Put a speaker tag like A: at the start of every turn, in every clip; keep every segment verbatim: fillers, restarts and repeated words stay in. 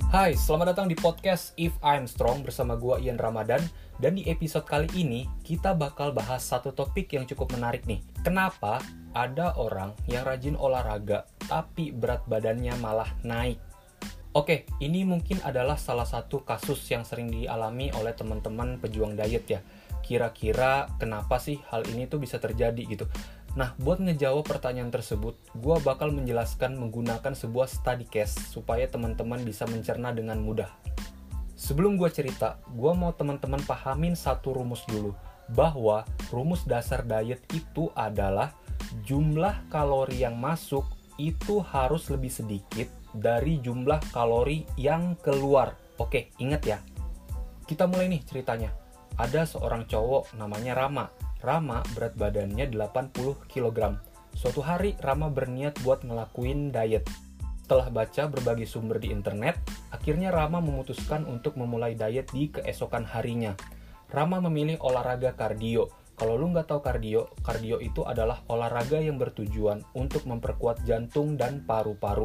A: Hai, selamat datang di podcast If I'm Strong bersama gua Ian Ramadan. Dan di episode kali ini kita bakal bahas satu topik yang cukup menarik nih. Kenapa ada orang yang rajin olahraga tapi berat badannya malah naik? Oke, ini mungkin adalah salah satu kasus yang sering dialami oleh teman-teman pejuang diet ya. Kira-kira kenapa sih hal ini tuh bisa terjadi gitu? Nah, buat ngejawab pertanyaan tersebut, gue bakal menjelaskan menggunakan sebuah study case supaya teman-teman bisa mencerna dengan mudah. Sebelum gue cerita, gue mau teman-teman pahamin satu rumus dulu, bahwa rumus dasar diet itu adalah jumlah kalori yang masuk itu harus lebih sedikit dari jumlah kalori yang keluar. Oke, ingat ya. Kita mulai nih ceritanya. Ada seorang cowok namanya Rama. Rama berat badannya delapan puluh kilogram. Suatu hari Rama berniat buat ngelakuin diet. Setelah baca berbagai sumber di internet, akhirnya Rama memutuskan untuk memulai diet di keesokan harinya. Rama memilih olahraga kardio. Kalau lu nggak tahu kardio, kardio itu adalah olahraga yang bertujuan untuk memperkuat jantung dan paru-paru.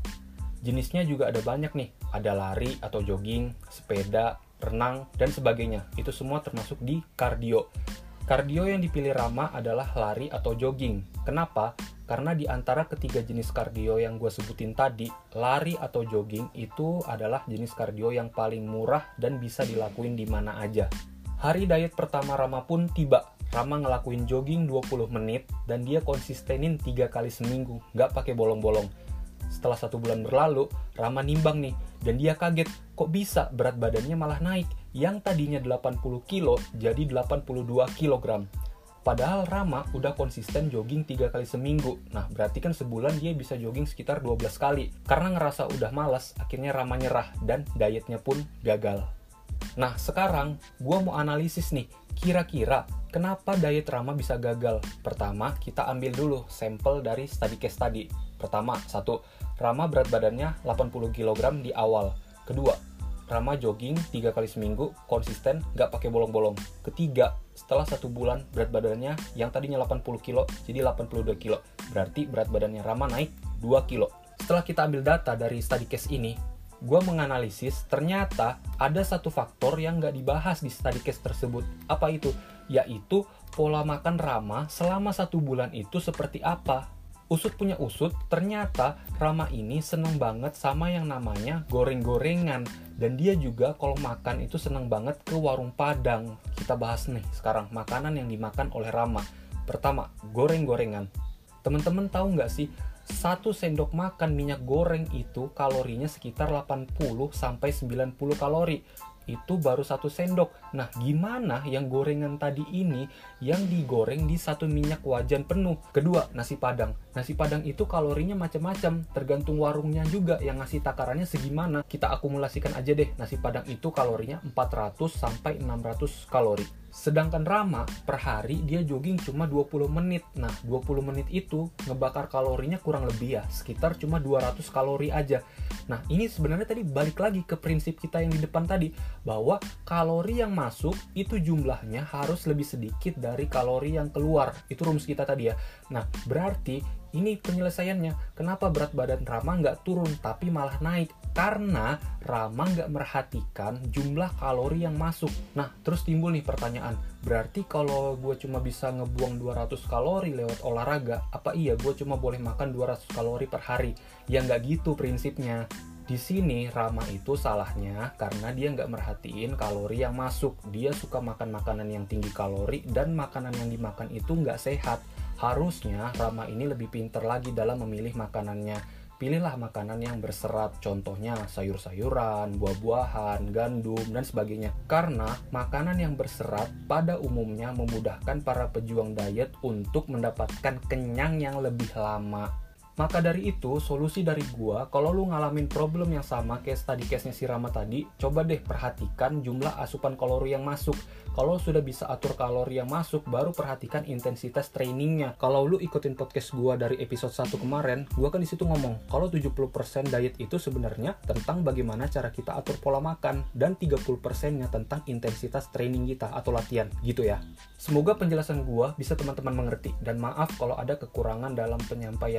A: Jenisnya juga ada banyak nih, ada lari atau jogging, sepeda, renang, dan sebagainya. Itu semua termasuk di kardio. Kardio yang dipilih Rama adalah lari atau jogging. Kenapa? Karena di antara ketiga jenis kardio yang gue sebutin tadi, lari atau jogging itu adalah jenis kardio yang paling murah dan bisa dilakuin di mana aja. Hari diet pertama Rama pun tiba. Rama ngelakuin jogging dua puluh menit dan dia konsistenin tiga kali seminggu, nggak pakai bolong-bolong. Setelah satu bulan berlalu, Rama nimbang nih, dan dia kaget, kok bisa berat badannya malah naik? Yang tadinya delapan puluh kilo jadi delapan puluh dua kilogram. Padahal Rama udah konsisten jogging tiga kali seminggu. Nah, berarti kan sebulan dia bisa jogging sekitar dua belas kali. Karena ngerasa udah malas, akhirnya Rama nyerah dan dietnya pun gagal. Nah, sekarang gua mau analisis nih, kira-kira kenapa diet Rama bisa gagal? Pertama, kita ambil dulu sampel dari study case tadi. Pertama, satu, Rama berat badannya delapan puluh kilogram di awal. Kedua, Rama jogging tiga kali seminggu, konsisten, gak pakai bolong-bolong. Ketiga, setelah satu bulan berat badannya yang tadinya delapan puluh kilo jadi delapan puluh dua kilo. Berarti berat badannya Rama naik dua kilo. Setelah kita ambil data dari study case ini, gue menganalisis ternyata ada satu faktor yang gak dibahas di study case tersebut. Apa itu? Yaitu pola makan Rama selama satu bulan itu seperti apa. Usut punya usut, ternyata Rama ini seneng banget sama yang namanya goreng-gorengan. Dan dia juga kalau makan itu seneng banget ke warung Padang. Kita bahas nih sekarang makanan yang dimakan oleh Rama. Pertama, goreng-gorengan. Temen-temen tahu nggak sih, satu sendok makan minyak goreng itu kalorinya sekitar delapan puluh sampai sembilan puluh kalori. Itu baru satu sendok. Nah, gimana yang gorengan tadi ini yang digoreng di satu minyak wajan penuh? Kedua, nasi padang. Nasi padang itu kalorinya macam-macam, tergantung warungnya juga yang ngasih takarannya segimana. Kita akumulasikan aja deh, nasi padang itu kalorinya empat ratus sampai enam ratus kalori. Sedangkan Rama per hari dia jogging cuma dua puluh menit. Nah, dua puluh menit itu ngebakar kalorinya kurang lebih ya, sekitar cuma dua ratus kalori aja. Nah, ini sebenarnya tadi balik lagi ke prinsip kita yang di depan tadi, bahwa kalori yang masuk itu jumlahnya harus lebih sedikit dari kalori yang keluar. Itu rumus kita tadi ya. Nah, berarti ini penyelesaiannya. Kenapa berat badan Rama nggak turun tapi malah naik? Karena Rama nggak merhatikan jumlah kalori yang masuk. Nah, terus timbul nih pertanyaan, berarti kalau gue cuma bisa ngebuang dua ratus kalori lewat olahraga, apa iya gue cuma boleh makan dua ratus kalori per hari? Ya nggak gitu prinsipnya. Di sini Rama itu salahnya karena dia nggak merhatiin kalori yang masuk. Dia suka makan makanan yang tinggi kalori dan makanan yang dimakan itu nggak sehat. Harusnya Rama ini lebih pintar lagi dalam memilih makanannya. Pilihlah makanan yang berserat, contohnya sayur-sayuran, buah-buahan, gandum, dan sebagainya. Karena makanan yang berserat pada umumnya memudahkan para pejuang diet untuk mendapatkan kenyang yang lebih lama. Maka dari itu, solusi dari gua, kalau lu ngalamin problem yang sama kayak study case-nya si Rama tadi, coba deh perhatikan jumlah asupan kalori yang masuk. Kalau sudah bisa atur kalori yang masuk, baru perhatikan intensitas trainingnya. Kalau lu ikutin podcast gua dari episode satu kemarin, gua kan di situ ngomong, kalau tujuh puluh persen diet itu sebenarnya tentang bagaimana cara kita atur pola makan, dan tiga puluh persen-nya tentang intensitas training kita atau latihan, gitu ya. Semoga penjelasan gua bisa teman-teman mengerti, dan maaf kalau ada kekurangan dalam penyampaian kata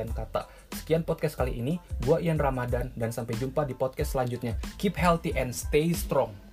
A: juga. Sekian podcast kali ini, gua Ian Ramadan dan sampai jumpa di podcast selanjutnya. Keep healthy and stay strong.